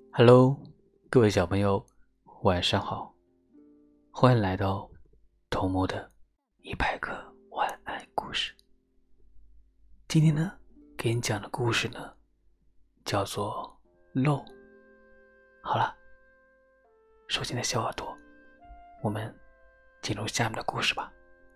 Hello，各位小朋友，晚上好，欢迎来到童木的100个晚安故事。今天呢，给你讲的故事呢，叫做漏。好了，收起你的小耳朵，我们进入下面的故事吧。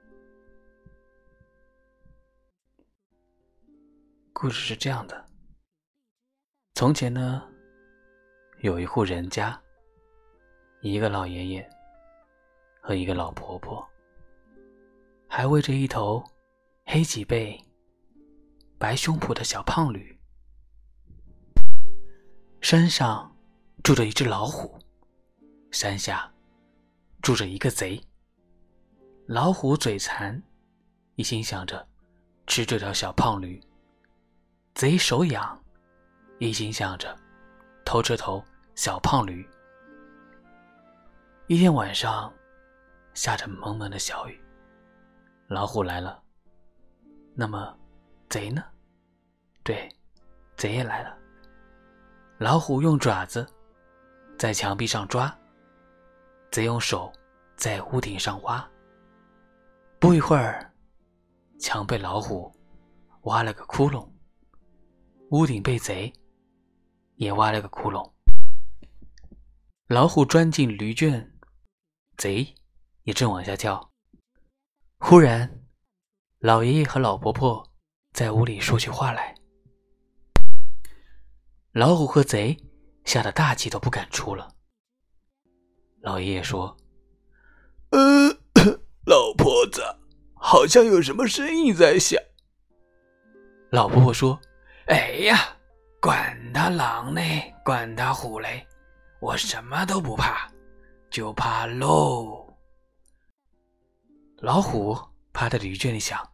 故事是这样的：从前呢，有一户人家，一个老爷爷和一个老婆婆，还喂着一头黑脊背白胸脯的小胖驴。山上住着一只老虎，山下住着一个贼。老虎嘴馋，一心想着吃这条小胖驴；贼手痒，一心想着偷这头小胖驴。一天晚上，下着蒙蒙的小雨，老虎来了，那么贼呢？对，贼也来了。老虎用爪子在墙壁上抓，贼用手在屋顶上挖。不一会儿，墙被老虎挖了个窟窿，屋顶被贼也挖了个窟窿。老虎钻进驴圈，贼也正往下跳。忽然，老爷爷和老婆婆在屋里说起话来。老虎和贼吓得大气都不敢出了。老爷爷说：老婆子，好像有什么声音在响。老婆婆说：哎呀，管他狼嘞，管他虎嘞，我什么都不怕，就怕漏。老虎趴在驴圈里想：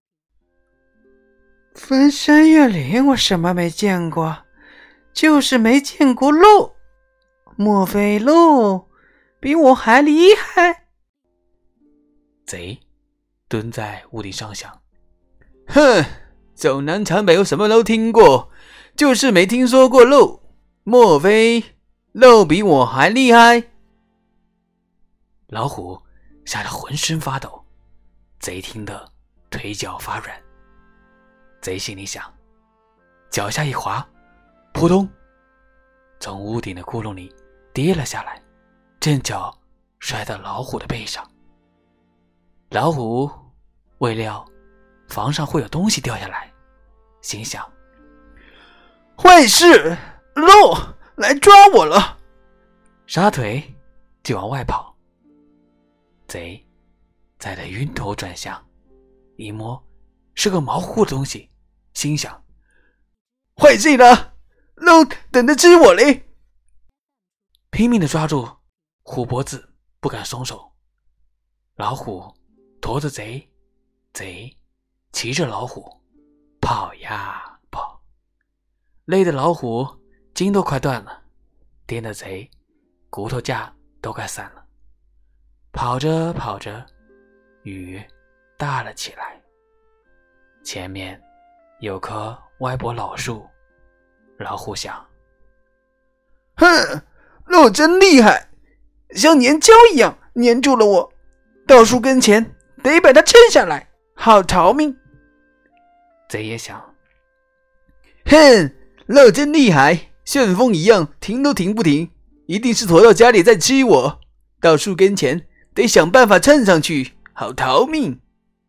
翻山越岭我什么没见过，就是没见过漏。莫非漏比我还厉害？ 贼蹲在屋顶上想：哼，走南闯北我什么都听过，就是没听说过漏。莫非漏比我还厉害？老虎吓得浑身发抖，贼听得腿脚发软。贼心里想，脚下一滑，扑通，从屋顶的窟窿里跌了下来，正脚摔到老虎的背上。老虎未料房上会有东西掉下来，心想： 坏事，漏来抓我了！ 撒腿就往外跑。贼在这晕头转向，一摸是个毛乎乎的东西，心想： 坏事了，漏等着吃我嘞！ 拼命地抓住虎脖子，不敢松手。老虎驮着贼，贼骑着老虎，跑呀跑，累得老虎筋都快断了，颠的贼骨头架都快散了。跑着跑着，雨大了起来，前面有棵歪脖老树。老虎想： 哼，漏真厉害，像粘胶一样粘住了我，到树跟前得把它撑下来，好逃命。 贼也想： 哼，漏真厉害，旋风一样停都停不停，一定是驮到家里再吃我，到树跟前得想办法蹭上去，好逃命。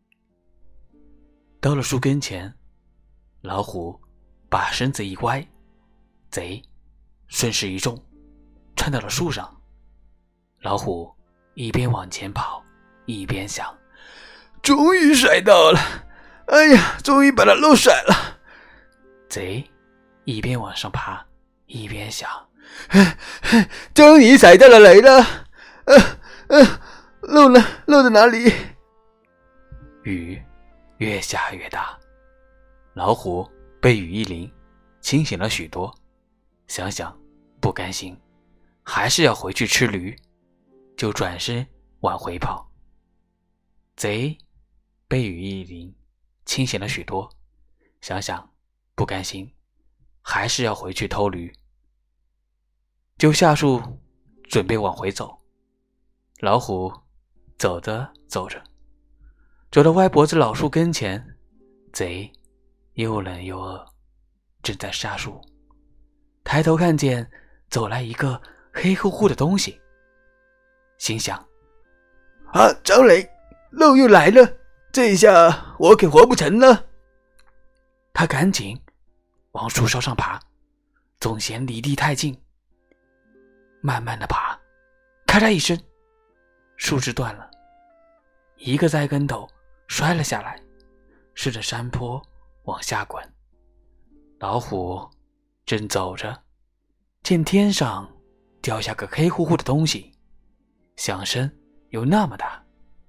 到了树跟前，老虎把身子一歪，贼顺势一重，窜到了树上。老虎一边往前跑，一边想： 终于甩到了，哎呀，终于把它漏甩了。 贼一边往上爬，一边想： 终于甩到了雷了，漏在哪里？ 雨越下越大，老虎被雨一淋，清醒了许多，想想不甘心，还是要回去吃驴，就转身往回跑。贼被雨一淋，清醒了许多，想想不甘心，还是要回去偷驴。 就下树准备往回走。老虎走着走着，走到歪脖子老树跟前，贼又冷又饿，正在下树，抬头看见走来一个黑乎乎的东西，心想： 啊，张磊，漏又来了，这下我可活不成了。 他赶紧往树梢上爬，总嫌离地太近，慢慢的爬，咔嚓一声，树枝断了，一个栽跟头摔了下来，顺着山坡往下滚。老虎正走着，见天上掉下个黑乎乎的东西，响声有那么大，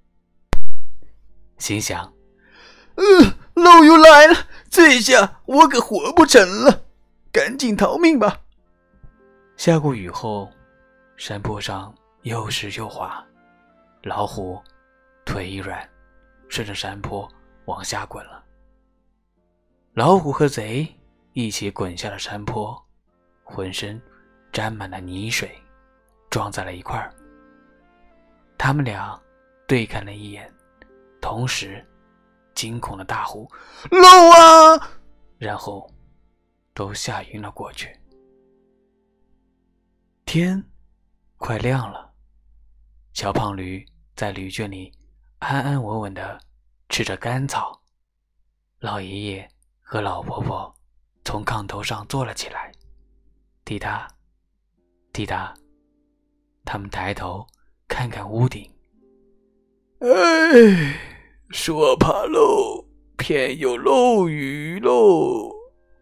心想： 漏又来了，这下我可活不成了，赶紧逃命吧。 下过雨后，山坡上又湿又滑，老虎腿一软，顺着山坡往下滚了。老虎和贼一起滚下了山坡，浑身沾满了泥水，撞在了一块儿。他们俩对看了一眼，同时惊恐的大呼： 漏啊！ 然后都吓晕了过去。天快亮了，小胖驴在驴圈里安安稳稳地吃着干草。老爷爷和老婆婆从炕头上坐了起来，滴答滴答，他们抬头看看屋顶。 哎，说怕漏，偏有漏雨喽。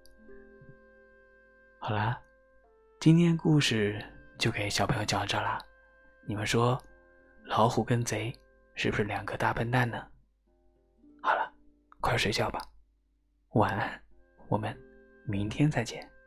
好啦，今天故事就给小朋友讲到这啦。你们说老虎跟贼是不是两个大笨蛋呢？好了，快睡觉吧，晚安，我们明天再见。